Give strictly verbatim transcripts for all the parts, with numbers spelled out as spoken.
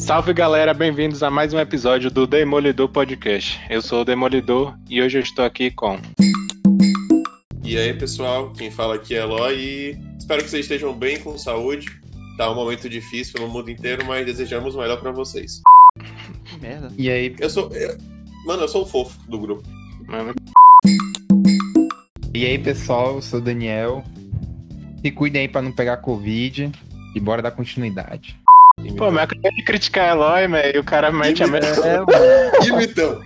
Salve galera, bem-vindos a mais um episódio do Demolidor Podcast. Eu sou o Demolidor e hoje eu estou aqui com... E aí pessoal, quem fala aqui é Eloy e espero que vocês estejam bem, com saúde. Tá um momento difícil pelo mundo inteiro, mas desejamos o melhor pra vocês. Que merda. E aí? Eu sou... Eu... Mano, eu sou o fofo do grupo. Mano. E aí pessoal, eu sou o Daniel. Se cuidem aí pra não pegar Covid e bora dar continuidade. Pô, mas eu acabei de criticar Eloy, mas e o cara mete a merda. É, mano. Imitão.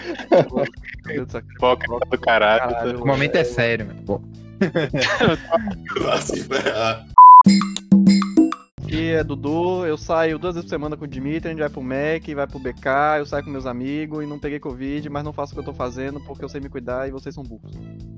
Foca do caralho. Caralho. O momento é sério, mano. Pô. Assim, ferrar. Aqui é Dudu, eu saio duas vezes por semana com o Dimitri, a gente vai pro Mac, vai pro B K, eu saio com meus amigos e não peguei Covid, mas não faço o que eu tô fazendo porque eu sei me cuidar e vocês são burros.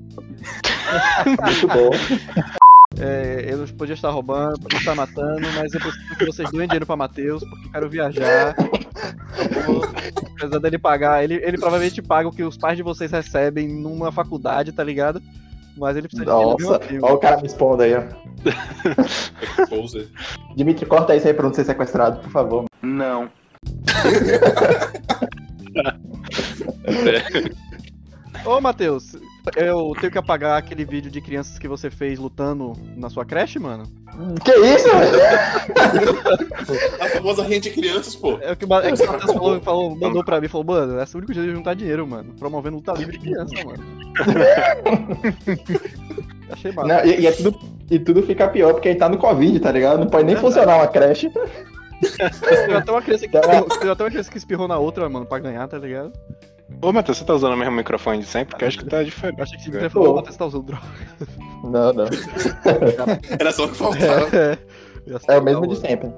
Muito bom. É, eu podia estar roubando, podia estar matando, mas eu preciso que vocês doem dinheiro pra Matheus, porque eu quero viajar. Apesar dele pagar, ele, ele provavelmente paga o que os pais de vocês recebem numa faculdade, tá ligado? Mas ele precisa Nossa, de dinheiro mesmo. olha o cara me expondo aí, ó. Pose. Dimitri, corta isso aí pra não ser sequestrado, por favor. Não. Ô, Matheus, eu tenho que apagar aquele vídeo de crianças que você fez lutando na sua creche, mano? Que isso, velho? A famosa rede de crianças, pô. É o que o Ma- é que o Matheus falou, falou, mandou pra mim, falou, mano, esse é o único jeito de juntar dinheiro, mano. Promovendo luta livre de criança, mano. Achei massa. Não, e, e é tudo, e tudo fica pior porque ele tá no Covid, tá ligado? Não pode nem É funcionar uma creche. Teve até uma criança que espirrou, teve até uma criança que espirrou na outra, mano, pra ganhar, tá ligado? Ô, Matheus, você tá usando o mesmo microfone de sempre? Porque eu acho que tá diferente. Eu achei que se me falou, o Matheus tá usando droga. Não, não. Era só o que faltava. É, É o mesmo de sempre.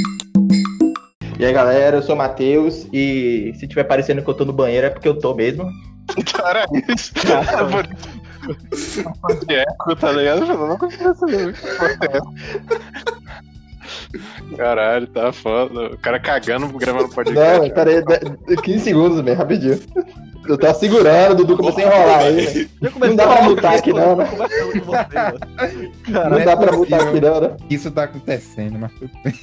E aí, galera, eu sou o Matheus e se tiver parecendo que eu tô no banheiro é porque eu tô mesmo. Cara, isso. É, tá ligado? Eu não consigo saber. Caralho, tá foda. O cara cagando, gravando podcast. Não, pera aí, de- quinze segundos mesmo, rapidinho. Eu tava segurando, o Dudu começou a enrolar aí. Já Não dá pra mutar aqui não, né? Conversando com você, mano. Não Caralho, dá pra é mutar aqui não, né? Isso tá acontecendo, mas tudo bem.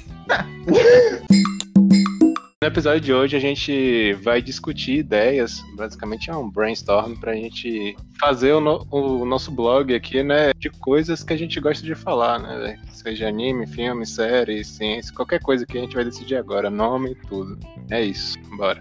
No episódio de hoje a gente vai discutir ideias, basicamente é um brainstorm pra gente fazer o, no- o nosso blog aqui, né, de coisas que a gente gosta de falar, né, véi? Seja anime, filme, série, ciência, qualquer coisa que a gente vai decidir agora, nome e tudo. É isso, bora.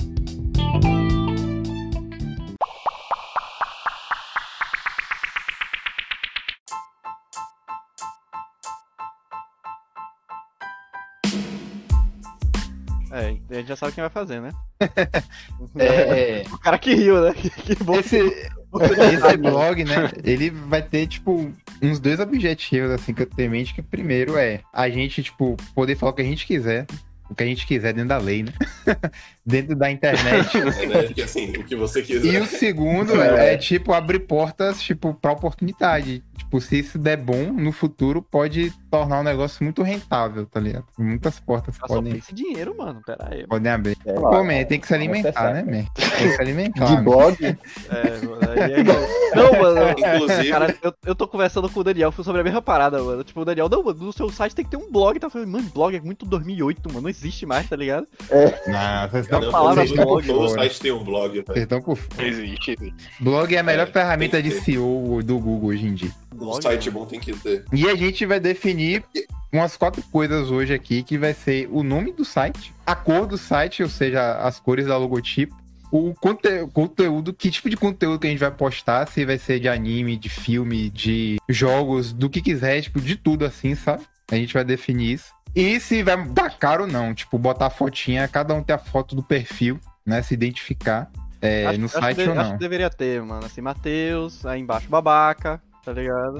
É, a gente já sabe quem vai fazer, né? É, O cara que riu, né? Que, que bom esse, que você não esse sabe. blog, né, ele vai ter, tipo, uns dois objetivos, assim, que eu tenho em mente, que o primeiro é a gente, tipo, poder falar o que a gente quiser, o que a gente quiser dentro da lei, né? Dentro da internet. É, né? Que assim, o que você quiser. E o segundo é, é, tipo, abrir portas, tipo, pra oportunidade. Tipo, se isso der bom, no futuro pode tornar um negócio muito rentável, tá ligado? Muitas portas Eu só podem, pense em dinheiro, mano. Pera aí. podem abrir. É, Pô, man, tem que se vamos alimentar, acessar. né, man? Tem que se alimentar. De man. blog? É, mano, aí é... Não, mano. Inclusive, Cara, eu, eu tô conversando com o Daniel sobre a mesma parada, mano. Tipo, o Daniel, não, mano, no seu site tem que ter um blog. Tá falando, mano, blog é muito dois mil e oito, mano. Não existe mais, tá ligado? Não, vocês não, estão palavra vocês estão por blog, todo fora. site tem um blog, Vocês velho. estão por fora. Existe, existe. Blog é a melhor É, ferramenta tem de que S E O do Google hoje em dia. Um Blog, site mano. bom tem que ter. E a gente vai definir umas quatro coisas hoje aqui, que vai ser o nome do site, a cor do site, ou seja, as cores da logotipo, o conte- conteúdo, que tipo de conteúdo que a gente vai postar, se vai ser de anime, de filme, de jogos, do que quiser, tipo, de tudo assim, sabe? A gente vai definir isso. E se vai dar caro ou não, tipo, botar a fotinha, cada um ter a foto do perfil, né, se identificar é, Acho- no acho site que de- ou Acho não. que deveria ter, mano. Assim, Matheus, aí embaixo babaca, tá ligado?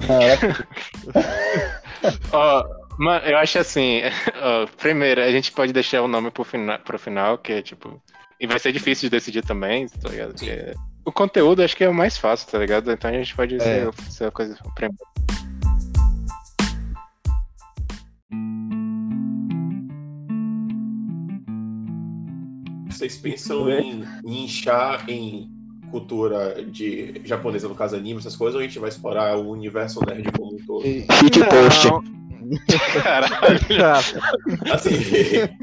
Ó, mano, eu acho assim, ó, primeiro, a gente pode deixar o nome pro, fina, pro final, que é tipo... E vai ser difícil de decidir também, tá ligado? Sim. Porque o conteúdo acho que é o mais fácil, tá ligado? Então a gente pode É. ser, ser a coisa primeiro. Vocês pensam em, em inchar em cultura de japonesa, no caso anime, essas coisas, ou a gente vai explorar o universo nerd como um todo? Shitpost. Caralho. Cara, Assim,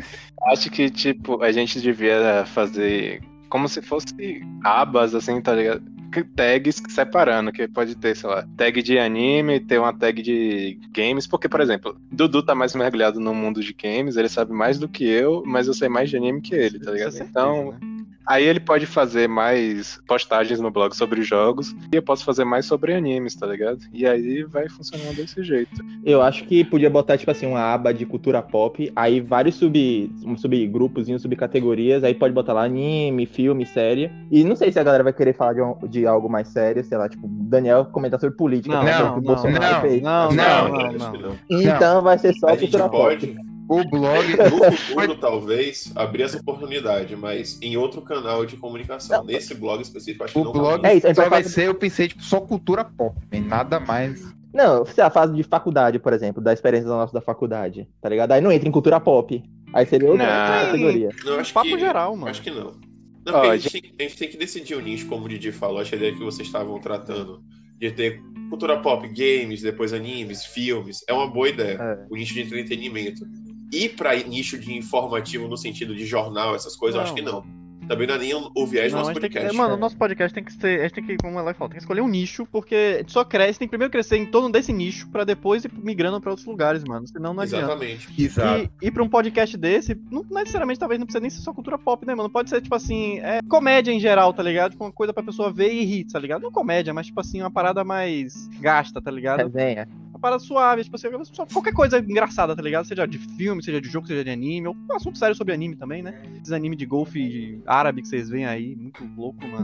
acho que, tipo, a gente devia fazer como se fosse abas, assim, tá ligado? Que- Tags separando, que pode ter, sei lá, tag de anime, ter uma tag de games, porque, por exemplo, Dudu tá mais mergulhado no mundo de games, ele sabe mais do que eu, mas eu sei mais de anime que ele, tá ligado? Isso é certeza, Então, né? aí ele pode fazer mais postagens no blog sobre jogos, e eu posso fazer mais sobre animes, tá ligado? E aí vai funcionando desse jeito. Eu acho que podia botar, tipo assim, uma aba de cultura pop, aí vários sub, um subgrupos, subcategorias, aí pode botar lá anime, filme, série. E não sei se a galera vai querer falar de, um- de algo mais sério, sei lá, tipo, Daniel comentar sobre política, Não, por exemplo, não, que o não, Bolsonaro não, fez. Não, Não, não, não, acho que não. não. Então vai ser só A gente cultura pode, pop. O blog. no futuro, talvez, abrir essa oportunidade, mas em outro canal de comunicação. Nesse blog específico, acho que O não blog cabe. É isso, a gente só vai vai fazer- ser, eu pensei, tipo, só cultura pop, man, nada mais. Não, se a fase de faculdade, por exemplo, da experiência nossa da faculdade, tá ligado? Aí não entra em cultura pop. Aí seria outra Não. categoria. Não, acho Papo que, geral, mano. Acho que não. Não, Ó, porque a, gente tem, a gente tem que decidir o nicho, como o Didi falou. Acho que a ideia que vocês estavam tratando de ter cultura pop, games, depois animes, filmes, é uma boa ideia. É. O nicho de entretenimento. E pra nicho de informativo no sentido de jornal, essas coisas, eu acho que não. Também não é nem o viés do Não, a nosso gente tem que, podcast. mano, o nosso podcast tem que ser. A gente tem que, como ela fala, tem que escolher um nicho, porque a gente só cresce, tem que primeiro crescer em torno desse nicho, pra depois ir migrando pra outros lugares, mano. Senão não adianta. Exatamente. Exato. E ir pra um podcast desse, não necessariamente, talvez não precisa nem ser só cultura pop, né, mano? Pode ser, tipo assim, é, comédia em geral, tá ligado? Tipo, uma coisa pra pessoa ver e rir, tá ligado? Não comédia, mas, tipo assim, uma parada mais gasta, tá ligado? Resenha. Uma parada suave, tipo assim, só qualquer coisa engraçada, tá ligado? Seja de filme, seja de jogo, seja de anime, ou um assunto sério sobre anime também, né? Esses anime de golfe árabe que vocês veem aí, muito louco, mano.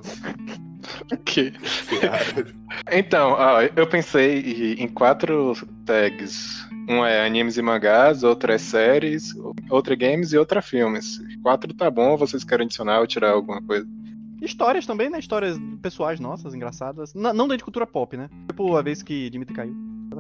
Que- Então, ó, eu pensei em quatro tags. Um é animes e mangás, outro é séries, outra é games e outra é filmes. Quatro tá bom, vocês querem adicionar ou tirar alguma coisa? Histórias também, né? Histórias pessoais nossas, engraçadas. N- não dentro de cultura pop, né? Tipo a vez que Dimitri caiu.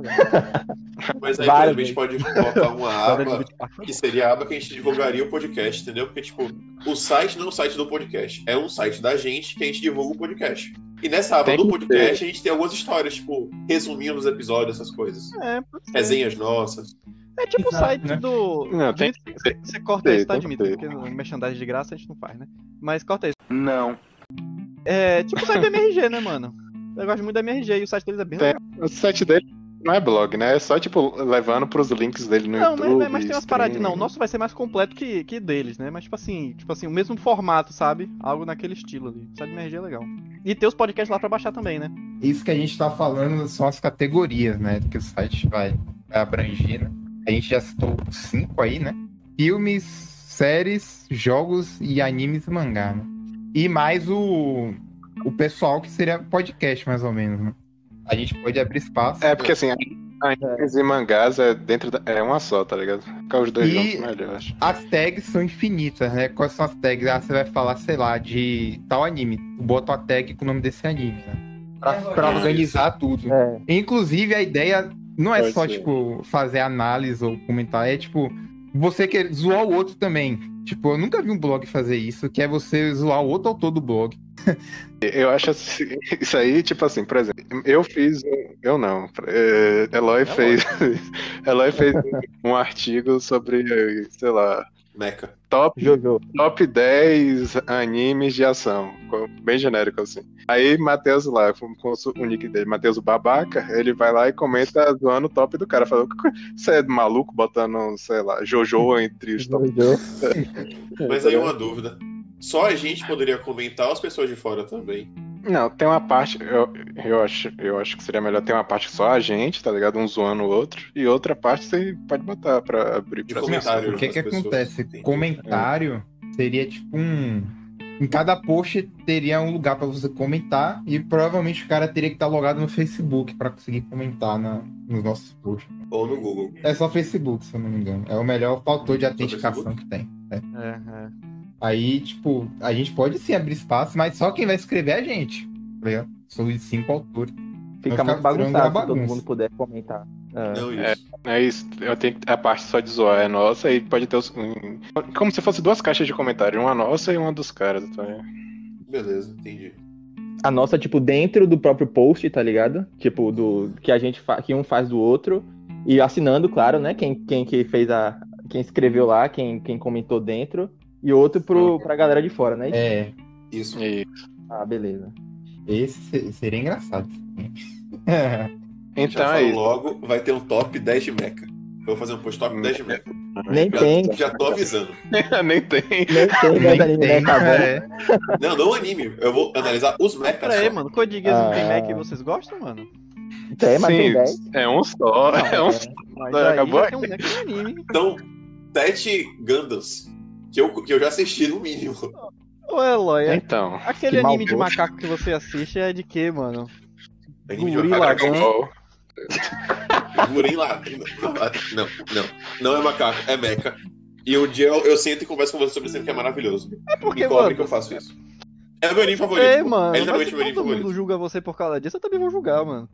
Mas aí, por Várias exemplo, a gente pode colocar uma História de aba Dimitri Park foi que bom. seria a aba que a gente divulgaria o podcast, entendeu? Porque, tipo, o site não é o site do podcast, é um site da gente que a gente divulga o podcast. E nessa aba Tem do que podcast a gente tem algumas histórias, tipo, resumindo os episódios, essas coisas. É, pode ser. Resenhas nossas. É tipo o Exato, site né? do. Não, tem Dimitri, que você- Você corta ter, isso, tá, tem que Dimitri? ter. Porque no merchandising de graça a gente não faz, né? Mas corta isso. Não. É tipo o site do M R G, né, mano? Eu gosto muito do M R G e o site deles é bem Tem. legal. O site dele não é blog, né? É só, tipo, levando pros links dele no Não, YouTube. mas, mas tem umas paradinhas. Não, o stream. nosso vai ser mais completo que, que deles, né? Mas tipo assim, tipo assim, o mesmo formato, sabe? Algo naquele estilo ali. O site do M R G é legal. E ter os podcasts lá pra baixar também, né? Isso que a gente tá falando são as categorias, né? Que o site vai, vai abranger, né? A gente já citou cinco aí, né? Filmes, séries, jogos e animes e mangá, né? E mais o, o pessoal que seria podcast, mais ou menos, né? A gente pode abrir espaço. É, porque assim, animes e mangás é dentro da... é uma só, tá ligado? Ficar os dois E- juntos melhor, eu acho. As tags são infinitas, né? Quais são as tags? Ah, você vai falar, sei lá, de tal anime. Tu bota uma tag com o nome desse anime, né? Pra, pra organizar tudo. É. Inclusive, a ideia não é Pode só, ser. tipo, fazer análise ou comentar, é, tipo, você quer zoar o outro também. Tipo, eu nunca vi um blog fazer isso, que é você zoar o outro autor do blog. Eu acho assim, isso aí, tipo assim, por exemplo, eu fiz, eu não, é, Eloy fez, Eloy fez um artigo sobre, sei lá, Meca. top, Jojo. top dez animes de ação, bem genérico assim. Aí Matheus lá, com o nick dele, Matheus Babaca, ele vai lá e comenta zoando o top do cara, falando, você é maluco botando, sei lá, Jojo entre os top. Jojo. Mas aí uma dúvida. Só a gente poderia comentar, ou as pessoas de fora também? Não, tem uma parte, eu, eu, acho, eu acho que seria melhor ter uma parte que só a gente, tá ligado? Um zoando o outro, e outra parte você pode botar pra abrir De pra comentário. O que das que pessoas. acontece? Entendi. Comentário seria, tipo, um... Em cada post teria um lugar pra você comentar e provavelmente o cara teria que estar logado no Facebook pra conseguir comentar na, nos nossos posts. Ou no Google. É só Facebook, se eu não me engano. É o melhor fator de Só autenticação Facebook? que tem. É. É, é. Aí, tipo, a gente pode sim abrir espaço, mas só quem vai escrever é a gente. Tá ligado? São os cinco autores. Fica Vai muito ficar virando bagunçado uma se todo bagunça. mundo puder comentar. É. Não, É. isso. É isso, eu tenho que- a parte só de zoar é nossa e pode ter os, um- como se fosse duas caixas de comentário, uma nossa e uma dos caras. Então é- Beleza, entendi. A nossa, tipo, dentro do próprio post, tá ligado? Tipo, do que a gente fa... que um faz do outro. E assinando, claro, né? Quem, quem que fez a. quem escreveu lá, quem, quem comentou dentro, e outro pro, pra galera de fora, né? É, Isso. Isso. Ah, beleza. esse se- seria engraçado. Então Já é falo isso. logo, vai ter um top dez de mecha. Eu vou fazer um post top dez de mecha. Nem Já, tem, já tô avisando. Nem tem. nem tem Nem dez anime, né, tem, cara? é. Não, não anime. Eu vou analisar os mechas Pera aí, só. mano. Code Geass não tem Ah. Mac e vocês gostam, mano? Tem, mas tem Sim, dez. é um só. Não, é um mas- só. Mas Não, aí acabou já aí? tem um Mac no anime. Então, sete Gundams que eu, que eu já assisti, no mínimo. Ô, Eloy, é- Então. aquele Que anime de maldoso. macaco que você assiste é de quê, mano? Anime de Gorila macaco. Gun. Ball. Gurin lá. Não, não. Não é macaco, é mecha. E um dia eu, eu sento e converso com você sobre isso, que é maravilhoso. É porque, Me cobre mano. que eu faço isso. É o meu anime favorito. É, pô. mano. É Mas literalmente se o meu anime todo mundo favorito. julga você por causa disso, eu também vou julgar, mano.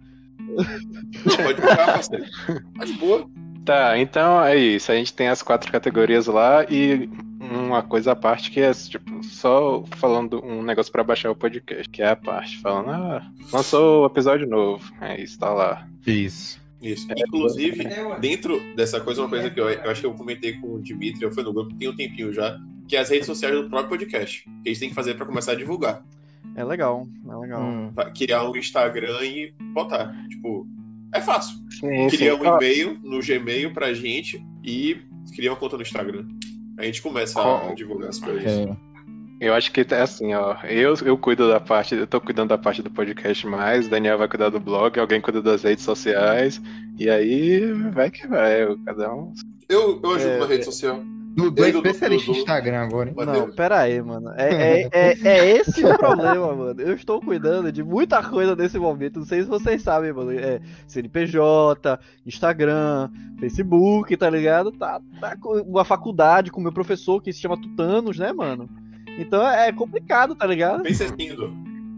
Não, pode jogar, parceiro. Tá de boa. Tá, então é isso. A gente tem as quatro categorias lá e uma coisa à parte que é, tipo, só falando um negócio pra baixar o podcast, que é a parte, falando, ah, lançou o episódio novo. É isso, tá lá. Isso. Isso. Inclusive, dentro dessa coisa, uma coisa que eu, eu acho que eu comentei com o Dimitri, eu fui no grupo, tem um tempinho já, que é as redes sociais do próprio podcast. Que a gente tem que fazer pra começar a divulgar. É legal, é legal. Hum. Pra criar um Instagram e botar. Tipo, é fácil. Sim, Cria sim. um e-mail no Gmail pra gente e cria uma conta no Instagram. A gente começa a Qual- divulgar as coisas. É. Eu acho que é assim, ó. Eu, eu cuido da parte, eu tô cuidando da parte do podcast mais, Daniel vai cuidar do blog, alguém cuida das redes sociais, e aí vai que vai, cada um. Eu, eu ajudo É, na rede social. Dudu é Ei, Dudu, especialista em Dudu. Instagram agora, hein? Matheus. Não, pera aí, mano. É, é, é, é esse o problema, mano. Eu estou cuidando de muita coisa nesse momento. Não sei se vocês sabem, mano. É C N P J, Instagram, Facebook, tá ligado? Tá, tá com uma faculdade com meu professor que se chama Tutanos, né, mano? Então é complicado, tá ligado? Pensa assim, Dudu.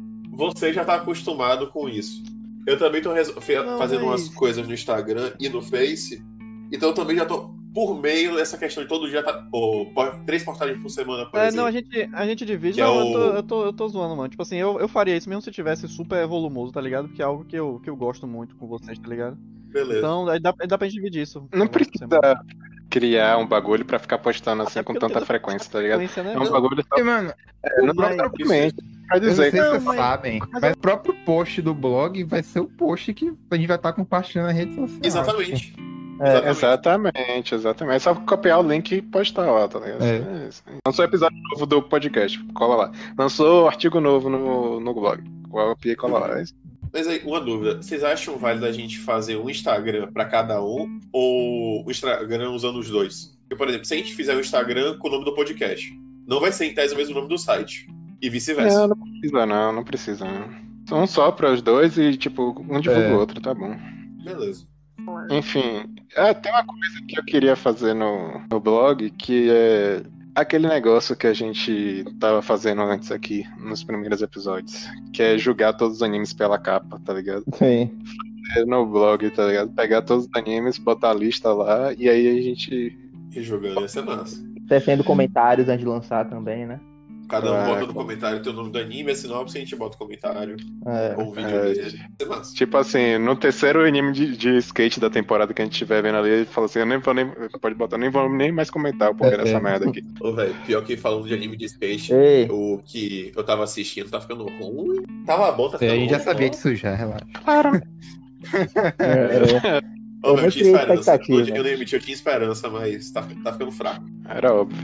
Você já tá acostumado com isso. Eu também tô reso- fe- Não, fazendo mas- umas coisas no Instagram e no Face. Então eu também já tô por meio dessa questão de todo dia tá. Oh, três postagens por semana, por É, exemplo. não, a gente, a gente divide. Que é Não, o- eu, tô, eu, tô, eu tô zoando, mano. Tipo assim, eu, eu faria isso mesmo se tivesse super volumoso, tá ligado? Porque é algo que eu, que eu gosto muito com vocês, tá ligado? Beleza. Então, aí dá, dá pra gente dividir isso. Não por precisa semana. criar um bagulho pra ficar postando assim Até com porque eu tanta tenho frequência, tá ligado? Frequência, né, É um mano? bagulho só E, mano, é, não mas- propriamente, pra eu não dizer sei que se Não, vocês mas- sabem, mas mas o próprio post do blog vai ser o post que a gente vai estar compartilhando na rede social. Exatamente. É, Exatamente, exatamente. É só copiar o link e postar lá, tá ligado? É. É isso. Lançou episódio novo do podcast, cola lá. Lançou artigo novo no, no blog, copia e cola lá. É isso. Mas aí, uma dúvida. Vocês acham válido a gente fazer um Instagram pra cada um ou o Instagram usando os dois? Porque, por exemplo, se a gente fizer um Instagram com o nome do podcast, não vai ser em tese o mesmo nome do site. E vice-versa. Não, não precisa não, não precisa não. São só para os dois e, tipo, um divulga É. o outro, tá bom. Beleza. Enfim, ah, tem uma coisa que eu queria fazer no, no blog, que é aquele negócio que a gente tava fazendo antes aqui, nos primeiros episódios, que é julgar todos os animes pela capa, tá ligado? sim. É no blog, tá ligado? Pegar todos os animes, botar a lista lá, e aí a gente... E jogando ia ser massa. Tecendo comentários antes de lançar também, né? Cada um Ah, bota no claro. comentário o teu nome do anime, a sinopse, a gente bota o comentário. É. Ou o vídeo É. dele. Ia ser massa. Tipo assim, no terceiro anime de, de skate da temporada que a gente estiver vendo ali, ele fala assim, eu nem vou nem... Pode botar, nem vou nem mais comentar o porquê É, dessa é. merda aqui. Ô, velho, pior que falando de anime de skate, Ei, o que eu tava assistindo tá ficando ruim. Tava bom, tá É, ficando a gente já ruim, sabia ó. disso já, relaxa. é, é. Ô, Eu velho, não eu tinha criei esperança. expectativa. Eu, eu nem menti, eu tinha esperança, mas tá, tá ficando fraco. Era óbvio.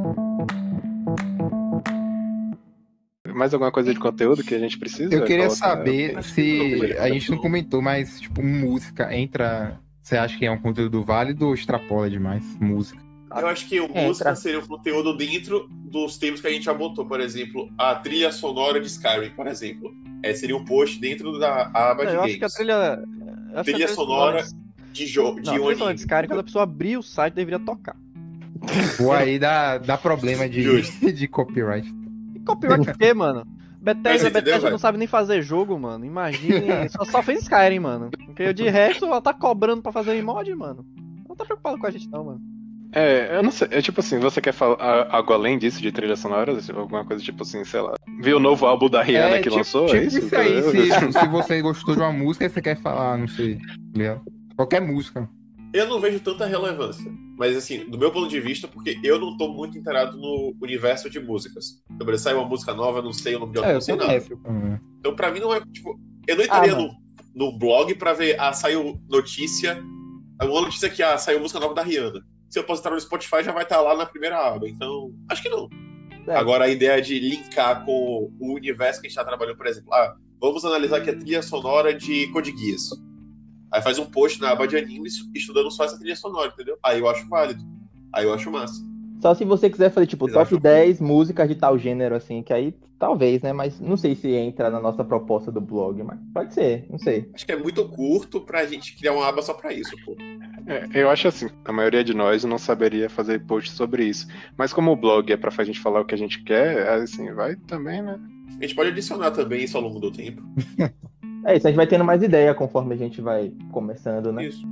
Mais alguma coisa de conteúdo que a gente precisa? Eu queria colocar? saber se a gente não comentou, mas tipo, música entra. Você acha que é um conteúdo válido ou extrapola demais? Música. Eu acho que o É, música pra- seria um conteúdo dentro dos temas que a gente já botou. Por exemplo, a trilha sonora de Skyrim, por exemplo. É, seria um post dentro da aba de Eu games. acho que a trilha. eu acho que a Trilha sonora de- de jogo, Não, de a um trilha sonora anime. de Skyrim, quando a pessoa abrir o site, deveria tocar. Ou aí dá, dá problema de, Justo. de copyright. E copyright o quê, mano? Mas Bethesda, entendeu, Bethesda velho? não sabe nem fazer jogo, mano. Imagine. só, só fez Skyrim, mano. Porque de resto, ela tá cobrando pra fazer mod, mano. Ela não tá preocupada com a gente, não, mano. É, eu não sei. É tipo assim, você quer falar a- algo além disso de trilha sonora? Alguma coisa tipo assim, sei lá. Viu o novo álbum da Rihanna que tipo, lançou? tipo é isso? isso aí, Entendeu? se, se você gostou de uma música e você quer falar, não sei. Entendeu? Qualquer música. Eu não vejo tanta relevância. Mas, assim, do meu ponto de vista, porque eu não tô muito inteirado no universo de músicas. Então, por exemplo, sai uma música nova, eu não sei o nome de autor, É, não eu sei também. nada. Então, pra mim, não é, tipo... Eu não entraria Ah, no, no blog pra ver, ah, saiu notícia... Uma notícia que, ah, saiu música nova da Rihanna. Se eu posso entrar no Spotify, já vai estar lá na primeira aba. Então, acho que não. É. Agora, a ideia de linkar com o universo que a gente tá trabalhando, por exemplo, ah, vamos analisar aqui a trilha sonora de Code Geass. Aí faz um post na aba de animes estudando só essa trilha sonora, entendeu? Aí eu acho válido. Aí eu acho massa. Só se você quiser fazer, tipo, Vocês top acham dez músicas de tal gênero, assim, que aí talvez, né? Mas não sei se entra na nossa proposta do blog, mas pode ser, não sei. Acho que é muito curto pra gente criar uma aba só pra isso, pô. É, eu acho assim, a maioria de nós não saberia fazer post sobre isso. Mas como o blog é pra a gente falar o que a gente quer, assim, vai também, né? A gente pode adicionar também isso ao longo do tempo. É isso, a gente vai tendo mais ideia conforme a gente vai começando, né? Isso.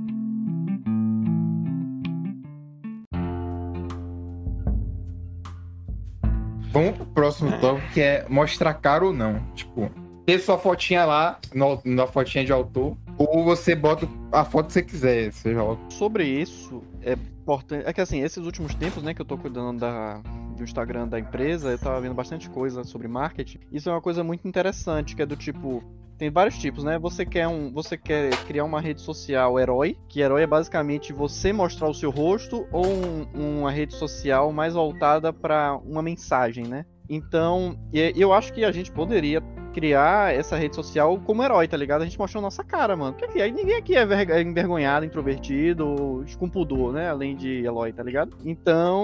Vamos pro próximo tópico, que é mostrar cara ou não. Tipo, ter sua fotinha lá, no, na fotinha de autor, ou você bota a foto que você quiser, seja lá. Sobre isso, é importante. É que assim, esses últimos tempos, né, que eu tô cuidando da, do Instagram da empresa, eu tava vendo bastante coisa sobre marketing. Isso é uma coisa muito interessante, que é do tipo. Tem vários tipos, né? Você quer um, você quer criar uma rede social herói, que herói é basicamente você mostrar o seu rosto, ou um, uma rede social mais voltada para uma mensagem, né? Então, eu acho que a gente poderia criar essa rede social como herói, tá ligado? A gente mostrou nossa cara, mano. Porque aí ninguém aqui é verga- envergonhado, introvertido, com pudor, né? Além de Eloy, tá ligado? Então,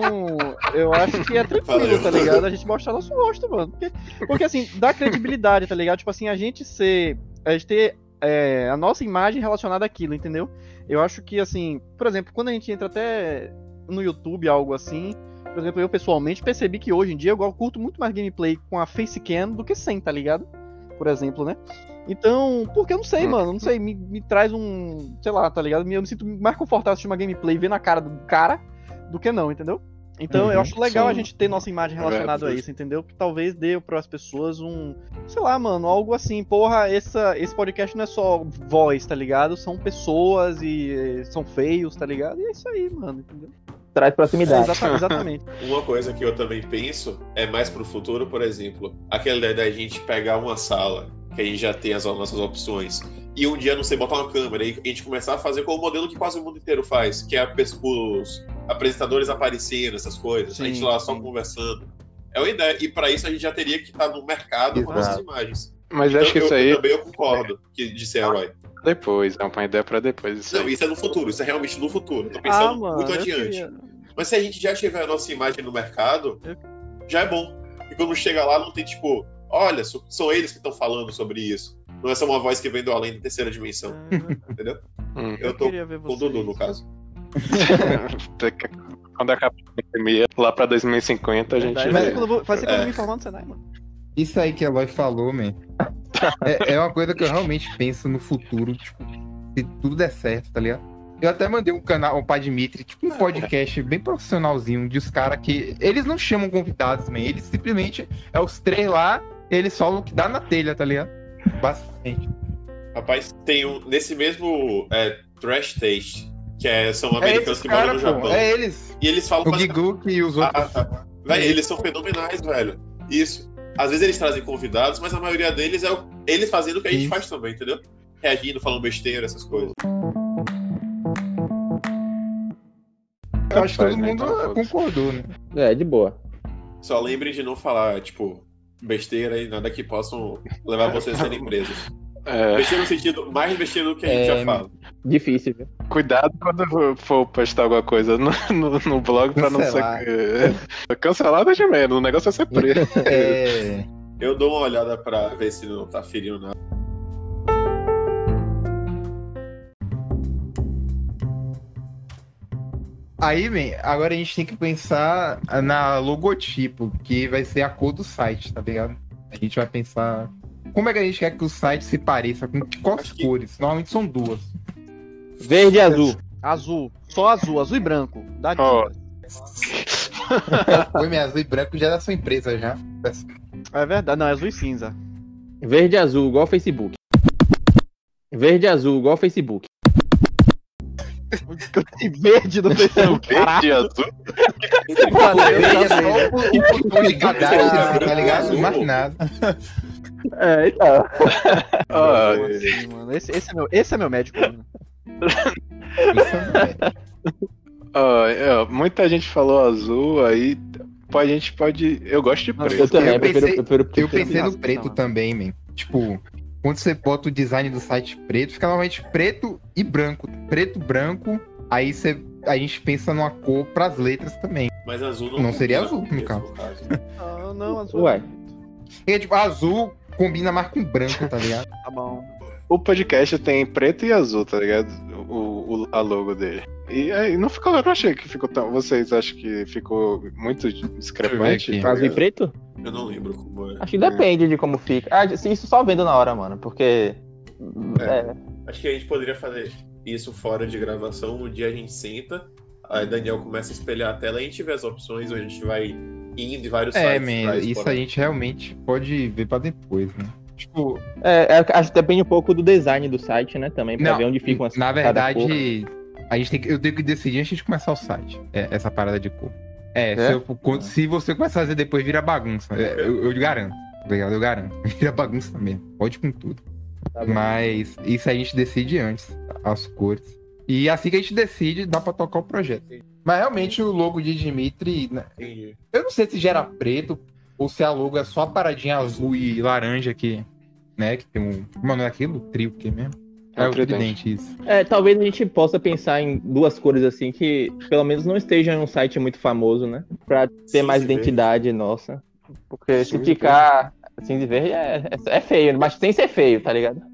eu acho que é tranquilo, tá ligado? A gente mostrar nosso rosto, mano. Porque, porque assim, dá credibilidade, tá ligado? Tipo assim, a gente ser. A gente ter é, a nossa imagem relacionada àquilo, entendeu? Eu acho que, assim, por exemplo, quando a gente entra até no YouTube, algo assim. Por exemplo, eu pessoalmente percebi que hoje em dia eu curto muito mais gameplay com a facecam do que sem, tá ligado? Por exemplo, né? Então, porque eu não sei, mano, não sei, me, me traz um, sei lá, tá ligado? Eu me sinto mais confortável assistir uma gameplay vendo a cara do cara do que não, entendeu? Então Uhum, eu acho legal sim. a gente ter nossa imagem relacionada a isso, entendeu? Que talvez dê para as pessoas um, sei lá, mano, algo assim, porra, essa, esse podcast não é só voz, tá ligado? São pessoas e eh, são feios, tá ligado? E é isso aí, mano, entendeu? Traz É, proximidade. exata- exatamente. Uma coisa que eu também penso é mais pro futuro, por exemplo, aquela ideia da gente pegar uma sala, que a gente já tem as nossas opções, e um dia, não sei, botar uma câmera e a gente começar a fazer com o modelo que quase o mundo inteiro faz, que é os apresentadores aparecendo, essas coisas, a gente Sim, lá só sim. conversando. É uma ideia, e pra isso a gente já teria que estar no mercado com Exato. essas imagens. Mas Então, acho que eu, isso eu aí também eu concordo que, de ser herói. depois, é uma ideia pra depois. Isso Não, aí. isso é no futuro, isso é realmente no futuro. Eu tô pensando Ah, mano, muito eu adiante. queria- Mas se a gente já tiver a nossa imagem no mercado, Eu- já é bom. E quando chega lá, não tem tipo, olha, so- são eles que estão falando sobre isso. Não é só uma voz que vem do além da terceira dimensão, entendeu? Hum. Eu tô queria ver com o Dudu, no caso. Quando acabar a pandemia, lá pra dois mil e cinquenta, a gente Verdade. vê. Vai ser quando eu vou- vai ser quando eu É. me informar no Senai, mano. Isso aí que a Eloy falou, man, é, é uma coisa que eu realmente penso no futuro, tipo, se tudo der certo, tá ligado? Eu até mandei um canal, um Padmitri, tipo um podcast bem profissionalzinho, de os caras que. Eles não chamam convidados, man, eles simplesmente é os três lá, eles falam o que dá na telha, tá ligado? Basicamente. Rapaz, tem um. Nesse mesmo é, Trash Taste, que é, são É americanos esses que moram caras, no Japão. pô, é eles. E eles falam. O basicamente- Giguk e os outros. Ah, tá. Véi, eles são fenomenais, velho. Isso. Às vezes eles trazem convidados, mas a maioria deles é o- eles fazendo o que a gente Isso. faz também, entendeu? Reagindo, falando besteira, essas coisas. Eu acho que Faz, todo né, mundo então, foda-se. concordou, né? É, de boa. Só lembrem de não falar, tipo, besteira e nada que possam levar vocês a serem presos. É, Besteira no sentido, mais besteira do que a gente É, já fala. Difícil, viu? cuidado quando for postar alguma coisa no, no, no blog pra não Cancelar. ser. É, cancelado de menos, o negócio é ser preso. É. Eu dou uma olhada pra ver se não tá ferindo nada. Aí, man, agora a gente tem que pensar na logotipo, que vai ser a cor do site, tá ligado? A gente vai pensar como é que a gente quer que o site se pareça, com quais Acho que- cores. Normalmente são duas. Verde e azul. Azul. Só azul, azul e branco. Dá Ó. dica. Foi minha azul e branco já é da sua empresa já. É verdade, não, é azul e cinza. Verde e azul, igual Facebook. Verde e azul, igual Facebook. E verde no Facebook. Verde e azul. Mano, eu Veja também. só o, o botão de cadastro, tá ligado? Azul. Mais nada. É, então. Ah, Como assim, mano? Esse, esse, é meu, esse é meu médico, mano. Isso é- ah, é, muita gente falou azul, aí pô, a gente pode. Eu gosto de Não, Eu preto. também, Eu eu prefiro, pensei- eu prefiro, Eu prefiro pensei no Nossa, preto não. também, man. Tipo, quando você bota o design do site preto, fica normalmente preto e branco. Preto, branco, aí você, a gente pensa numa cor pras letras também. Mas azul não, Não seria combina azul, com no preto, caso. caso. Ah, não, azul. Ué. E, tipo, azul combina mais com branco, tá ligado? Tá bom. O podcast tem preto e azul, tá ligado? O, o- a logo dele. E aí não ficou. Eu não achei que ficou tão. Vocês acham que ficou muito discrepante? aqui. tá Azul e ligado? preto? Eu não lembro como é. Acho que depende de como fica. Ah, isso só vendo na hora, mano. Porque. É. Acho que a gente poderia fazer isso fora de gravação. Um dia a gente senta, aí Daniel começa a espelhar a tela e a gente vê as opções, ou a gente vai indo em vários É, sites. man, pra isso explorar. a gente realmente pode ver pra depois, né? Tipo, É, é, acho que depende um pouco do design do site, né? Também, pra não, ver onde ficam as na cada cor. verdade, a gente tem que, eu tenho que decidir antes de começar o site. É, essa parada de cor. É, É? Se, eu- quando- se você começar a fazer depois, vira bagunça. É, eu, eu garanto, tá ligado? Eu garanto. Vira bagunça mesmo. Pode com tudo. Tá bom. Mas isso a gente decide antes, as cores. E assim que a gente decide, dá pra tocar o projeto. Mas realmente o logo de Dimitri, né, Entendi. eu não sei se gera preto ou se a logo é só a paradinha azul e laranja aqui, né? Que tem um. Como é o nome daquilo? Trio que mesmo? É É um o tridente. tridente, isso. É, talvez a gente possa pensar em duas cores assim que pelo menos não estejam em um site muito famoso, né? Pra ter Cinza mais e verde. identidade nossa. Porque se Cinza e ficar cinza e verde é, é, é feio, mas sem ser feio, tá ligado?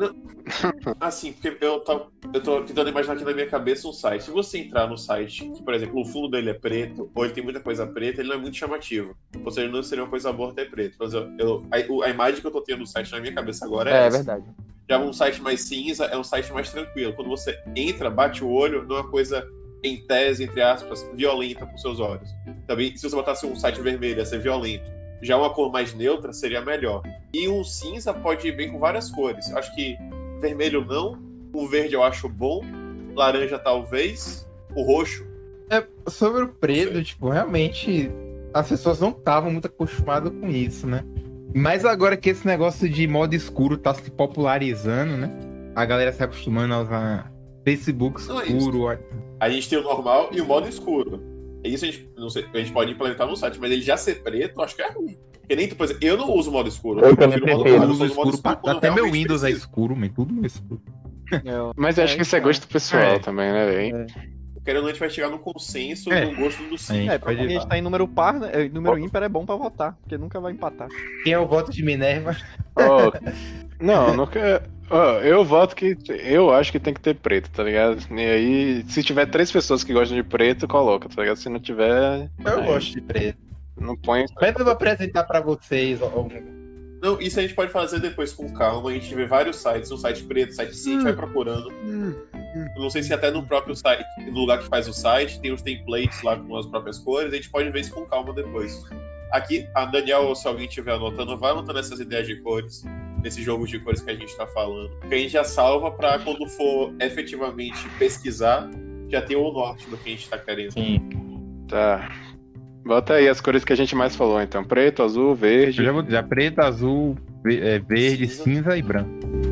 Assim, porque eu tô, eu tô tentando imaginar aqui na minha cabeça um site. Se você entrar no site, que, por exemplo, o fundo dele é preto, ou ele tem muita coisa preta, ele não é muito chamativo. Ou seja, não seria uma coisa boa ter preto. Mas eu, eu- a, o- a imagem que eu tô tendo do site na minha cabeça agora é, É, é essa. verdade. Já um site mais cinza é um site mais tranquilo. Quando você entra, bate o olho, não é uma coisa, em tese, entre aspas, violenta para os seus olhos. Também, se você botasse um site vermelho, ia ser violento. Já uma cor mais neutra seria melhor. E um cinza pode ir bem com várias cores. Acho que vermelho não, o verde eu acho bom, laranja talvez, o roxo. Sobre o preto, tipo, realmente as pessoas não estavam muito acostumadas com isso, né? Mas agora que esse negócio de modo escuro tá se popularizando, né? A galera se acostumando a usar Facebook Não é escuro. A gente tem o normal e o modo escuro. Isso a gente, não sei, a gente pode implementar no site, mas ele já ser preto, eu acho que é ruim. Porque nem, por exemplo, eu não uso o modo escuro. Eu também prefiro o modo prefiro. claro, Eu uso uso o modo escuro, pra- quando até meu realmente Windows é preciso. escuro, man, tudo no escuro. Eu- Mas acho É, que isso é então. gosto pessoal É. também, né, velho? Querendo ou não, a gente vai chegar no consenso É. no gosto do sim. É, É, porque a gente tá em número par, né? É, Número ímpar é bom pra votar, porque nunca vai empatar. Quem é o voto de Minerva? Ó, não, nunca. Ó, eu voto que. Eu acho que tem que ter preto, tá ligado? E aí, se tiver três pessoas que gostam de preto, coloca, tá ligado? Se não tiver, Eu Aí. gosto de preto. não põe. Mas eu vou apresentar pra vocês ó, Não, isso a gente pode fazer depois com calma. A gente vê vários sites, um site preto, site sim, a gente vai procurando. Eu não sei se até no próprio site, no lugar que faz o site, tem os templates lá com as próprias cores, a gente pode ver isso com calma depois. Aqui, a Daniel, se alguém estiver anotando, vai anotando essas ideias de cores, nesses jogos de cores que a gente tá falando. Que a gente já salva pra quando for efetivamente pesquisar, já ter o norte do que a gente tá querendo. Sim. Tá. Bota aí as cores que a gente mais falou, então. Preto, azul, verde. Eu já vou dizer, preto, azul, ve- é, verde, Cinza. cinza e branco.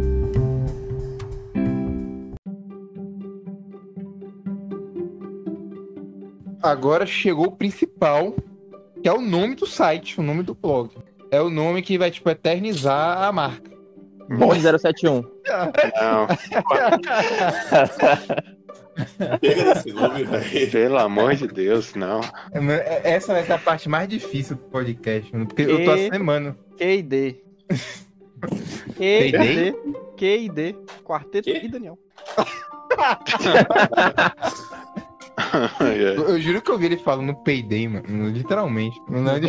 Agora chegou o principal, que é o nome do site, o nome do blog. É o nome que vai, tipo, eternizar a marca. Bonde zero sete um. Não, Pega desse nome, velho. pelo amor de Deus, não. É, Essa vai ser a parte mais difícil do podcast, mano, porque eu tô há E- semana. Q I D. Q D? I D. Q I D. Quarteto Quê? e Daniel. É. Eu, eu juro que eu vi ele falando Payday, mano, literalmente. Não é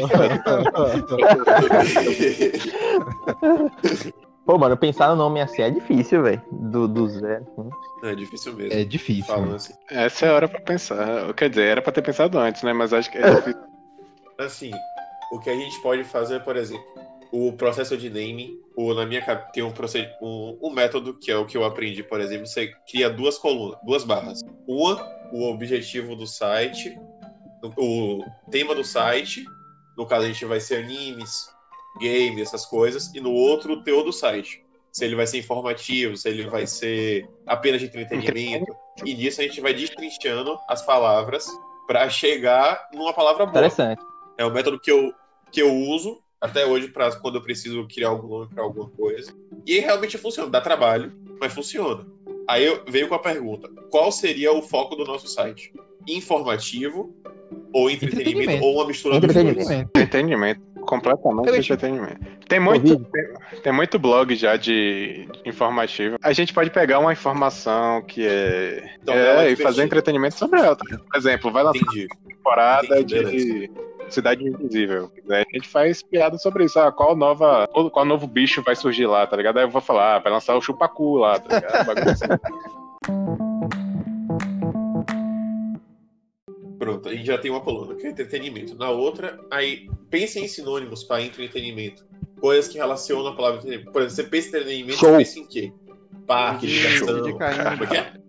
Pô, mano, pensar no nome assim é difícil, velho. Do, do zero. É difícil mesmo. É difícil, Falando mano. assim. Essa é a hora pra pensar. Quer dizer, era pra ter pensado antes, né? Mas acho que é difícil. Assim, o que a gente pode fazer, por exemplo, o processo de naming, o, na minha cabeça, tem um, proced... um, um método que é o que eu aprendi, por exemplo, você cria duas colunas, duas barras. Uma, o objetivo do site, o tema do site, no caso a gente vai ser animes, games, essas coisas, e no outro o teor do site. Se ele vai ser informativo, se ele vai ser apenas de entretenimento. E nisso a gente vai destrinchando as palavras para chegar numa palavra boa. Interessante. É o método que eu, que eu uso até hoje para quando eu preciso criar algum nome para alguma coisa. E realmente funciona. Dá trabalho, mas funciona. Aí eu veio com a pergunta: qual seria o foco do nosso site? Informativo ou entretenimento, Entretenimento. ou uma mistura dos dois? Entretenimento. Entretenimento. Completamente Eu- entretenimento. Tem muito, Ouvido. tem, tem muito blog já de, de informativo. A gente pode pegar uma informação que é. Então, ela é é e fazer divertida. entretenimento sobre ela. Por exemplo, vai lançar Entendi. uma temporada Entendi, de Cidade Invisível. Aí a gente faz piada sobre isso. Ah, qual nova. Qual, qual novo bicho vai surgir lá, tá ligado? Aí eu vou falar, ah, vai lançar o Chupacu lá, tá ligado? Bagulho assim. Pronto, a gente já tem uma coluna, que é entretenimento. Na outra, aí, pense em sinônimos para entretenimento. Coisas que relacionam a palavra entretenimento. Por exemplo, você pensa em entretenimento, Show. você pensa em quê? Parque, De- diversão. de caindo. Como é que é?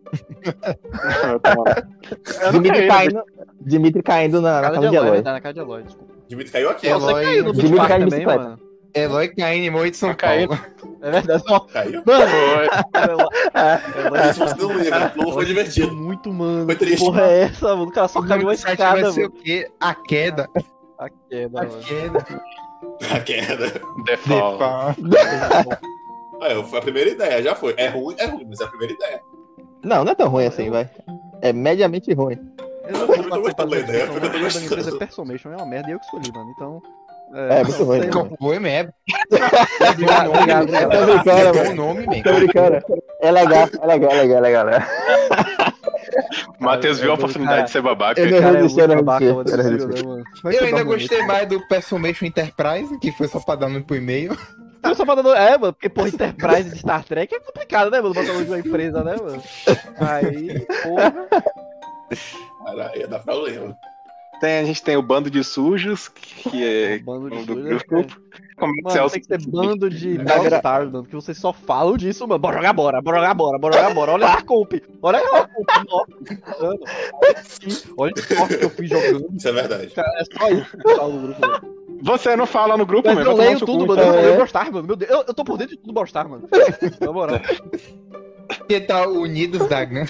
Dimitri caí, caindo, Dimitri caindo na, na Casa casa de de Eloy, Eloy. tá na casa de Eloy, desculpa. Dimitri caiu aqui. É, ó. Você Eloy- caiu no Dimitri Beach Park caiu de também, bicicleta. mano. Eloy caindo em Morro de São Não caiu. Paulo. É verdade, ó. Caiu? Mano, Foi. Eloy- Eloy- Isso você não lembra. Não foi divertido. Muito, mano. Foi Que triste. porra é essa, mano? O cara só O caiu nome uma do site escada, vai ser mano. o quê? A queda. A queda, A mano. queda. A queda. The Fall. Defa- Ah, foi a primeira ideia, já foi. É ruim, é ruim, mas é a primeira ideia. Não, não é tão ruim assim, vai. É mediamente ruim. Eu não Eu vou tô participar gostando da dessa ideia, discussão, eu tô mas a gostando. empresa é Persomation, é uma merda e eu que escolhi, mano. Então. É, muito ruim, sei, mano. mano. Foi mesmo. Obrigado, obrigado, obrigado. Tô brincando, É bom mano. nome, man. Tô brincando. É legal, é legal, é legal, é legal. né? O Matheus viu a oportunidade de ser babaca. Eu não Cara, é resisti, muito eu não babaca, resisti. mano, Eu não esse resisti. jogo, né, mano? Vai Eu ser ainda bonito. gostei mais do Persomation Enterprise, que foi só pra dar nome pro e-mail. Eu só falando, é, mano, porque, porra, Enterprise de Star Trek é complicado, né, mano? Botar o nome de uma empresa, né, mano? Aí, porra. Caralho, ia dar problema. Tem, a gente tem o Bando de Sujos, que é Bando de do sujos, grupo. Comercial. Mano, tem que ser bando de Vai virar- All-Star, mano, que vocês só falam disso, mano. Bora jogar bora, bora jogar bora, bora jogar bora. Olha a comp, olha aquela comp, nossa, mano. Olha o esporte que eu fui jogando. Isso é verdade. Cara, é só isso que eu falo no grupo, mano. Você não fala no grupo, Mas mesmo. eu vai tomar leio no seu tudo, cu, mano. Eu então. leio É. Bostar, mano. Meu Deus, eu, eu tô por dentro de tudo Bostar, mano. Na moral. Que tal Unidos da Gun?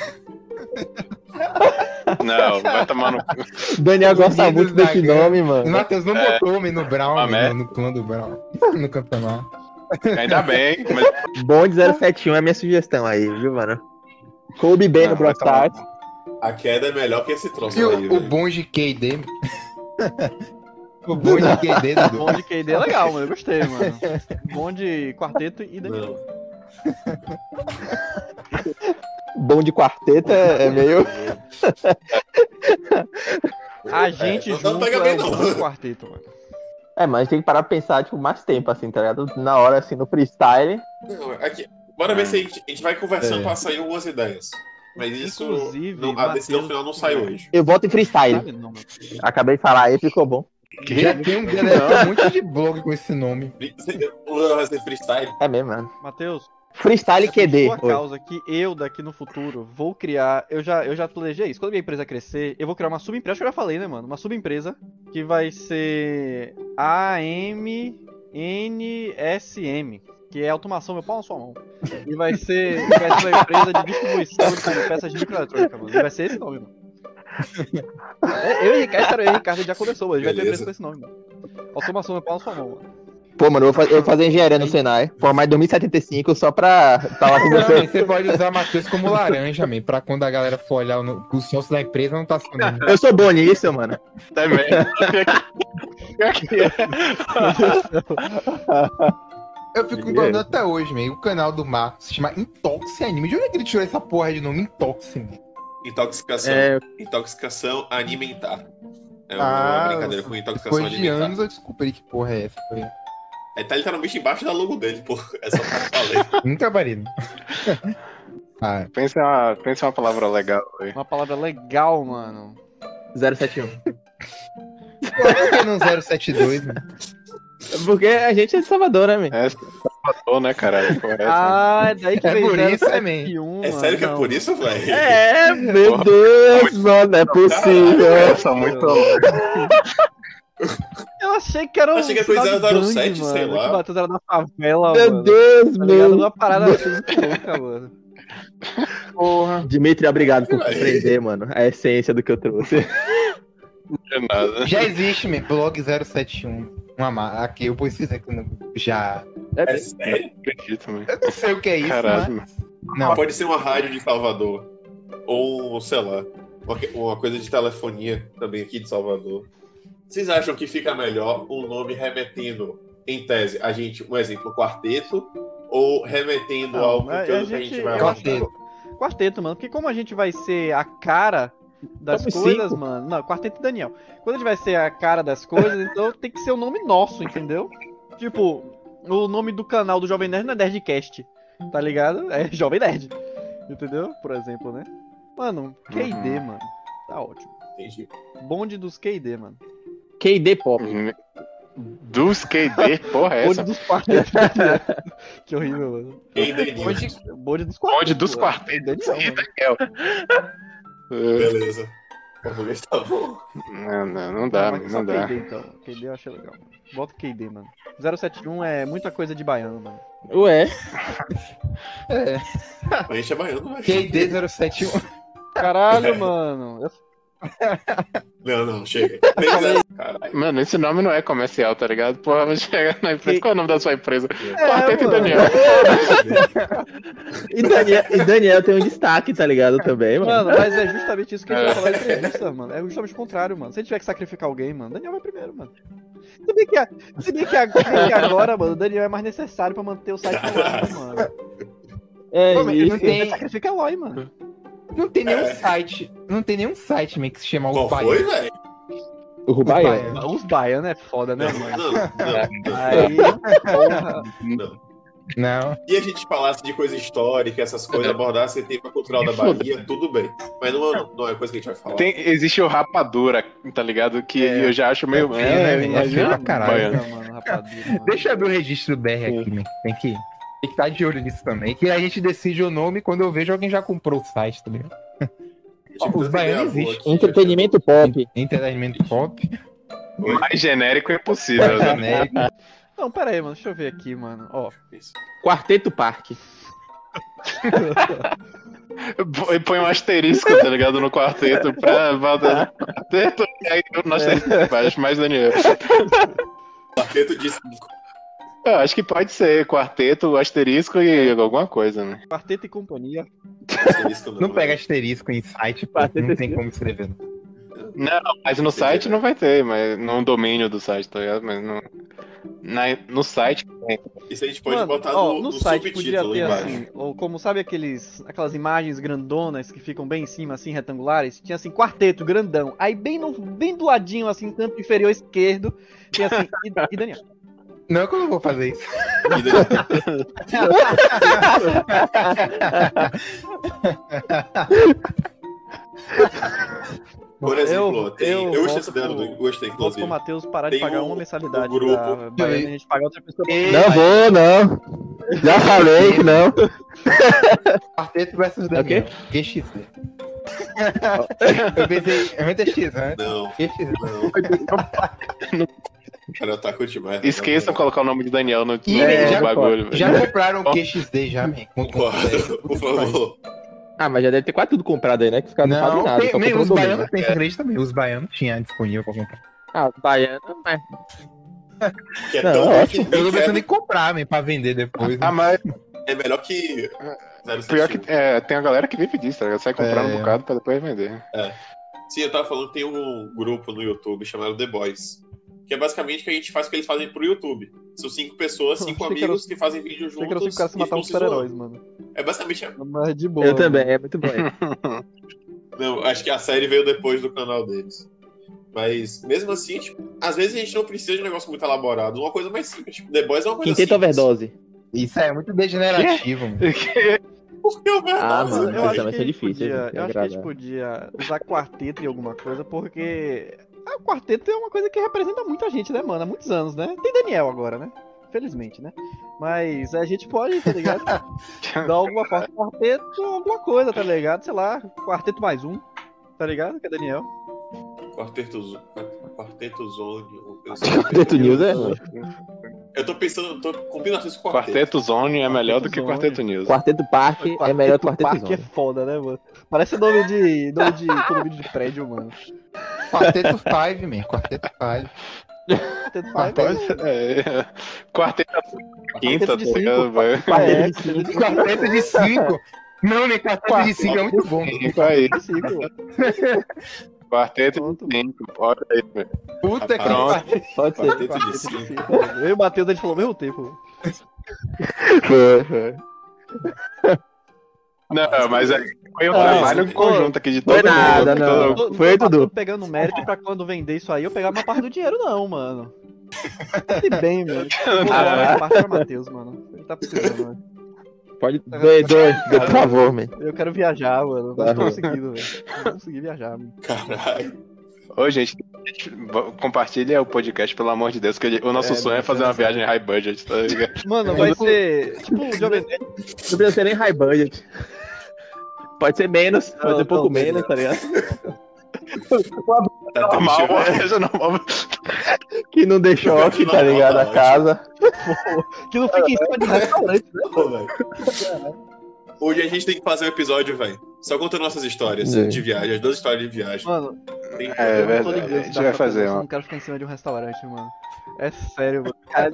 Não, vai tomar no cu. Daniel gosta Unidos muito desse da nome, O mano. Matheus não É. botou homem no Brown, Uma no, merda. no clã do Brown. No campeonato. Ainda bem, mas Bond zero sete um é minha sugestão aí, viu, mano? Coube bem Não, no Brawl vai tomar. Stars. A queda é melhor que esse troço E aí, o, o velho. Bonde Q D. O Bonde Q D, Dudu. Bom de Q D é legal, mano. Eu gostei, mano. Bom de quarteto e Daniel. Não. Bom de quarteto é, é meio. A gente É, não- não junto pega é bem, o não. bom de quarteto, mano. É, mas tem que parar pra pensar, tipo, mais tempo, assim, tá ligado? Na hora, assim, no freestyle. Não, aqui. Bora ver se a gente, a gente vai conversando É. pra sair algumas ideias. Mas isso. Inclusive, não- a decisão Matheus- final não sai hoje. Eu voto em freestyle. Sabe não, mano. Acabei de falar aí, ficou bom. Já tem um, galera, tem um monte de blog com esse nome. O Luan vai ser freestyle. É mesmo, mano. Matheus, Freestyle é Q D. por sua causa que eu, daqui no futuro, vou criar. Eu já, eu já planejei isso. Quando minha empresa crescer, eu vou criar uma subempresa. Acho que eu já falei, né, mano? Uma subempresa que vai ser A M N S M. Que é automação, meu pau na sua mão. E vai ser, vai ser uma empresa de distribuição de peças de microeletrônica, mano. E vai ser esse nome, mano. É, eu e Ricardo, cara, eu e Ricardo já conversou, mano. A gente vai ter Beleza. empresa com esse nome, mano. Automação, meu pau na sua mão, mano. Pô, mano, eu vou, fa- eu vou fazer engenharia no Senai. Formar em dois mil e setenta e cinco só pra falar com Não, você. man, você pode usar Matheus como laranja, man, pra quando a galera for olhar no, o sócio da empresa, não tá sonando. Eu sou bom nisso, mano. também. Pior que é. Eu fico incomodado até hoje, man. O canal do Marcos se chama Intoxi Anime. De onde é que ele tirou essa porra de nome Intoxi, man? Intoxicação. É, Intoxicação alimentar. É uma Ah, brincadeira com intoxicação Depois de alimentar. anos eu descobri que porra é essa. Foi. É, tá literalmente embaixo da logo dele, pô. É só pra falei. Nunca parei. Ah, Pensa em uma, pensa em uma palavra legal aí. Uma palavra legal, mano. zero sete um. por que não zero sete dois, mano? Porque a gente é de Salvador, né, meu? É, Salvador, né, caralho? Porra, essa. Ah, é daí que É veio por zero isso, é, sete man. um, É mano, sério que é não. por isso, velho? É, meu Porra. Deus, mano, não é possível. Essa muito. Eu achei que era um Achei que era sinal coisa de zero gangue, sete, mano. sei lá. Que Matheus era da favela, Meu mano. Deus, Tá ligado? meu. Uma parada assim muito louca, mano. Porra. Dimitri, obrigado por Vai. compreender, mano, a essência do que eu trouxe. Não é nada. Já existe, man, blog zero sete um. Uma ma- aqui, eu pesquisei aqui no... Já. É sério? Acredito, mano. Eu não sei o que é isso, Caralho. mas... Não, Pode ser uma rádio de Salvador. Ou, sei lá, uma, uma coisa de telefonia também aqui de Salvador. Vocês acham que fica melhor um nome remetendo, em tese, a gente, um exemplo, quarteto? Ou remetendo Não, ao a- a conteúdo que a gente- gente vai eu abordar? Quarteto. Quarteto, mano. Porque como a gente vai ser a cara das Somos coisas, cinco. mano. Não, Quarteto e Daniel. Quando a gente vai ser a cara das coisas, então tem que ser o nome nosso, entendeu? Tipo, o nome do canal do Jovem Nerd não é Nerdcast, tá ligado? É Jovem Nerd. Entendeu? Por exemplo, né? Mano, Q I D, Uhum. mano. Tá ótimo. Entendi. Bonde dos Q I D, mano. Q I D Pop. Dos Q D, porra, é Bonde essa? dos quartetos. Daniel. Que horrível, mano. Quem Daniel? Bonde, bonde dos quartetos. Bonde dos mano. quartetos. Daniel, mano. Daniel. É, Beleza. O português tá bom. Não, não, não dá, Mas não só dá. Q I D, então. Q I D eu achei legal. Mano. Bota Q I D, mano. zero sete um é muita coisa de baiano, mano. Ué, é. A gente é baiano, velho. Q I D zero sete um. Caralho, mano. Eu- Não, não, chega. Nem zero. Caralho. Mano, esse nome não é comercial, tá ligado? Porra, vamos chegar na empresa. Qual é o nome da sua empresa? É, Quarteto e mano. Daniel. e Daniel, e Daniel tem um destaque, tá ligado, também, mano. Mano, mas é justamente isso que a gente vai falar em entrevista, mano. É justamente o contrário, mano. Se a gente tiver que sacrificar alguém, mano, Daniel vai primeiro, mano. Se bem que, a- se bem que, a- se bem que agora, mano, o Daniel é mais necessário pra manter o site no ar, mano. É Pô, mas isso. não tem, Sacrifica o Oi, mano. não tem nenhum site, não tem nenhum site, man, que se chama Os Qual foi, Baianos. velho? O Rubaiano. Baianos. Os baianos é foda, né, Não, mano? não, não, Aí, porra. não. Não. E a gente falasse de coisa histórica, essas coisas, abordasse o tema cultural da Bahia, tudo bem. Mas não, não, não é coisa que a gente vai falar. Tem, existe o Rapadura, tá ligado? Que É. eu já acho meio. É feio, né, velho? É imagina feio pra caralho. baiano. Mano, rapadura, mano. Deixa eu abrir o registro do B R aqui, man. Tem que, tem que estar de olho nisso também. Que a gente decide o nome quando eu vejo alguém já comprou o site, tá ligado? Tipo, Os eu baianos tenho a boa existem. aqui, Entretenimento Pop. Entretenimento pop. Mais genérico é impossível, né? genérico. Não, pera aí, mano. Deixa eu ver aqui, mano. Ó. Isso. Quarteto Parque. E põe um asterisco, tá ligado? No quarteto pra volta. Quarteto, e aí no asterisco embaixo, mais Daniel. Quarteto de cinco. Eu acho que pode ser quarteto, asterisco e alguma coisa, né? Quarteto e companhia. Asterisco Não pega asterisco em site, pô. Não tem como escrever. Não, mas no site não vai ter, mas no domínio do site, tá ligado? Mas no, na, no site tem. Isso a gente pode Mano, botar ó, no, no no site podia subtítulo ter embaixo. assim, ou como sabe aqueles, aquelas imagens grandonas que ficam bem em cima, assim, retangulares? Tinha assim, quarteto grandão. Aí bem, no, bem do ladinho, assim, canto inferior esquerdo, tinha assim, e, e Daniel. Não, como eu vou fazer isso? E daí- Por exemplo, tem, eu, eu gostei voto dessa ideia, pro- do- gostei, Voto pro inclusive. Matheus parar de Tem pagar um- uma mensalidade um grupo- da Baiana e a gente pagar outra pessoa. Ei, Não vou, não. Já falei que não. Quarteto versus É o quê? Daniel. Q X D. Eu pensei, é muito X, né? Não, Q X D. não. Cara, tá curtindo mais. Esqueçam de colocar o nome de Daniel no, no E, É, no bagulho. velho. Já compraram o Q X D já, man? Com- com- Concordo, por favor. Ah, mas já deve ter quase tudo comprado aí, né? Que fica não fazem Não, nada. tem, só man, comprou os o domínio. baianos tem esse acredita também. Os baianos tinham disponível pra comprar. Ah, baiano, mas. Que é Não, tão ótimo. bom Eu que tô nem pensando em quer- comprar, man, pra vender depois. Ah, né? mas é melhor que. zero sete um. pior que é, tem a galera que vive disso, tá ligado? Sai comprando É. um bocado pra depois vender. Sim, eu tava falando que tem um grupo no YouTube chamado The Boys. Que é basicamente o que a gente faz o que eles fazem pro YouTube. São cinco pessoas, cinco Achei que amigos que fazem vídeo Achei que era juntos. cinco caras se e matar ficam uns se zoando. super-heróis, mano. É basicamente. Mas de boa. Eu também, é muito bom. Não, acho que a série veio depois do canal deles. Mas, mesmo assim, tipo, às vezes a gente não precisa de um negócio muito elaborado. Uma coisa mais simples. Tipo, The Boys é uma coisa Quinteto simples. overdose. Isso é muito degenerativo, mano. Por que Ah, overdose? mano, Eu velho? mas acho vai que ser a gente difícil, podia, gente, eu acho que a gente agradar. podia usar quarteto em alguma coisa, porque o quarteto é uma coisa que representa muita gente, né, mano? Há muitos anos, né? Tem Daniel agora, né? Felizmente, né? Mas a gente pode, tá ligado? Dar alguma forma. Quarteto, alguma coisa, tá ligado? Sei lá, quarteto mais um, tá ligado? Que é Daniel. Quarteto, Zo- Quarteto Zone. ou coisa assim. Quarteto News é. Eu tô pensando, eu tô combinando isso com quarteto. Quarteto Zone é melhor do que Zone. Quarteto News. Quarteto Parque é melhor que Quarteto Parque é Zone. foda, né, mano? Parece nome de, nome de condomínio de prédio, mano. Quarteto Five, man. Quarteto Five. Quarteto Five. Quarteto- É, quarteto quinta, tá de cinco. ligado? Vai. É, quarteto de Quarteto de cinco. Não, man, quarteto de cinco é muito bom. Cinco aí. cinco, mano. Quarteto Pronto. de cinco. Olha aí, velho. Puta que Pronto. pariu. Pode ser. Quarteto de Quarteto de cinco. cinco, mano. Eu e o Matheus, a gente falou ao mesmo tempo. mano. Foi, foi. Não, mas aí foi um Não, trabalho isso- conjunto aqui de todo Foi nada, mundo. não. todo- Foi, tô Dudu. pegando mérito pra quando vender isso aí, eu pegar uma parte do dinheiro, não, mano. Se bem, mano. Eu vou Ah. dar mais parte pra Matheus, mano. Ele tá precisando, mano. Pode. Doe, doe, doe, por favor, man. Eu quero viajar, mano. Não tô Tá. conseguindo, velho. Não vou conseguir viajar, mano. Caralho. Ô, gente, compartilha o podcast, pelo amor de Deus, que ele- o nosso É, sonho é não, fazer uma é. viagem high budget, tá ligado? Mano, vai ser tipo o Jovem Nerd. Não precisa ser nem high budget. Pode ser menos, pode ser Não, pouco não, menos, não. tá ligado? Tá Normal, triste, veja normal. Que não dê choque, tá ligado? A casa. Que não fica em cima de restaurante, né? Pô, velho. Hoje a gente tem que fazer um episódio, velho. Só contando nossas histórias Sim. de viagem, as duas histórias de viagem. Mano, Tem- É eu não tô verdade, ligando a se gente dá vai pra fazer fazer, eu uma. não quero ficar em cima de um restaurante, mano. É sério, mano. Cara,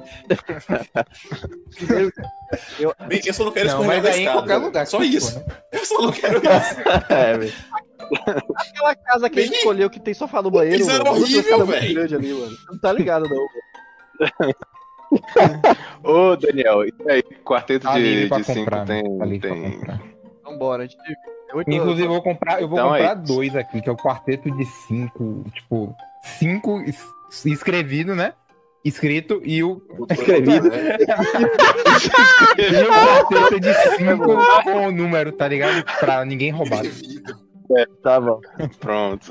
eu, Bem, eu só não quero Não, escorregar mas da aí em escada, qualquer velho. lugar. Só que isso. for, né? Eu só não quero isso. É, velho. aquela casa que a gente Bem, escolheu que tem sofá no banheiro, piso era mano. horrível, Outra escada muito velho. grande ali, mano. Não tá ligado, não. Ô, Daniel, e aí, quarteto Tá livre de, pra de cinco comprar, né? tem. Tá livre pra tem... comprar. Vambora, a gente tem oito Inclusive, eu vou comprar, eu vou Então é comprar isso. dois aqui, que é o quarteto de cinco, tipo, cinco es- escrevido, né? Escrito e o, Escrevido. e o quarteto de cinco com o número, tá ligado? Pra ninguém roubar. Tá bom. Pronto.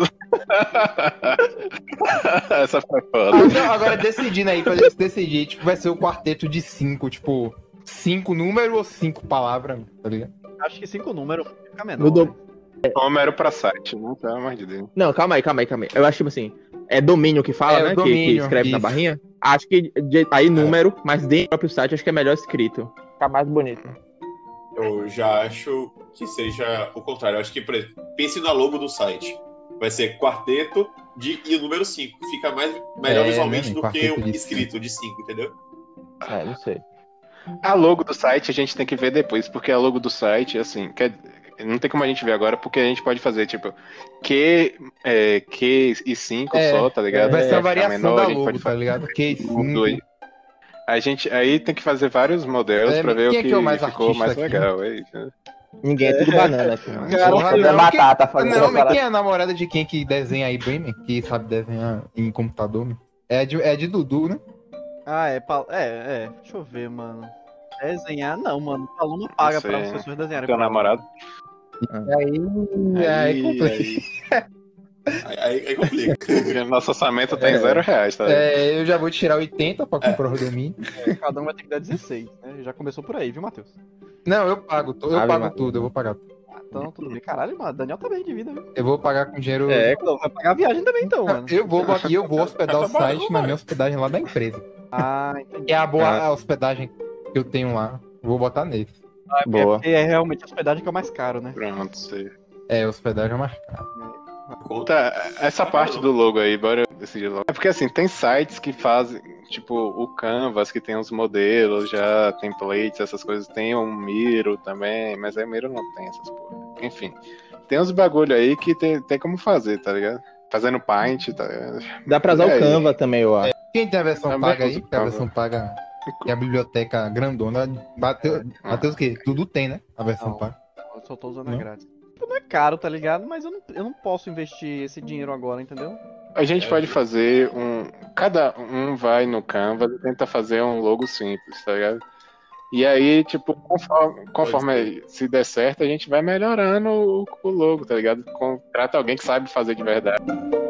Essa foi Ah, foda. não, agora decidindo aí, pra gente decidir, tipo, vai ser o quarteto de cinco, tipo, cinco números ou cinco palavras, tá ligado? Acho que cinco números fica menor. Mudou. né? Número pra site, né? Pelo amor de Deus. Não, calma aí, calma aí, calma aí. Eu acho tipo assim, é domínio que fala, É, o né? Que- que, domínio, escreve na isso. barrinha. Acho que de- aí número, mas dentro do próprio site acho que é melhor escrito. Fica mais bonito. Eu já acho que seja o contrário. Eu acho que, por exemplo, pense na logo do site. Vai ser quarteto de, e o número cinco. Fica mais, melhor É, visualmente né, do que quarteto o de escrito de cinco, entendeu? É, não sei. A logo do site a gente tem que ver depois, porque a logo do site, assim, quer- não tem como a gente ver agora, porque a gente pode fazer, tipo, Q, é, Q e cinco É, só, tá ligado? Vai ser Pra uma ficar variação menor, da a gente logo, pode tá fazer ligado? Que um, dois. A gente aí tem que fazer vários modelos É, pra ver o quem é que que é o mais ficou artista mais aqui? legal. É isso. Ninguém é tudo banana aqui. mano. Cara, Porra, não, é batata fazendo Não, essa mas parada. quem é a namorada de quem que desenha aí bem, man? Que sabe desenhar em computador, man? É de, é de Dudu, né? Ah, é, pa- é, é. Deixa eu ver, mano. Desenhar, não, mano. O aluno paga Isso pra aí. as pessoas desenharem. Teu pra namorado. Aí, aí, complica. Aí, aí, aí complica. aí, nosso orçamento tem É. zero reais, tá ligado? É, eu já vou tirar oitenta pra comprar o domínio. ela. Cada um vai ter que dar dezesseis, né? Já começou por aí, viu, Matheus? Não, eu pago, eu Ave pago Maria. tudo, eu vou pagar. Ah, então, tudo bem. Caralho, mano. Daniel tá bem de vida, viu? Eu vou pagar com dinheiro. É, Não, vai pagar a viagem também, então, mano. Eu vou, bot- e eu vou hospedar o Tá bom, site vai. na minha hospedagem lá da empresa. Ah, entendi. Que é a boa Ah. a hospedagem que eu tenho lá. Vou botar nele. boa. Porque é realmente a hospedagem que é o mais caro, né? Pronto, sei. É, hospedagem é mais caro. Tá, essa parte do logo aí, bora decidir logo. É porque assim, tem sites que fazem, tipo, o Canvas, que tem os modelos, já templates, essas coisas, tem o Miro também, mas aí o Miro não tem essas porra. Enfim, tem uns bagulho aí que tem, tem como fazer, tá ligado? Fazendo Paint, tá ligado? Dá pra usar É, o Canva também, eu acho. Quem tem a versão Também paga aí? uso Tem a Canva. versão paga. Tem a biblioteca grandona. Bateu, bateu o quê? Tudo tem, né? A versão Não. paga. Eu só tô usando a Não? grátis. Tipo, não é caro, tá ligado? Mas eu não, eu não posso investir esse dinheiro agora, entendeu? A gente pode fazer um. Cada um vai no Canvas e tenta fazer um logo simples, tá ligado? E aí, tipo, conforme, conforme se der certo, a gente vai melhorando o, o logo, tá ligado? Contrata alguém que sabe fazer de verdade.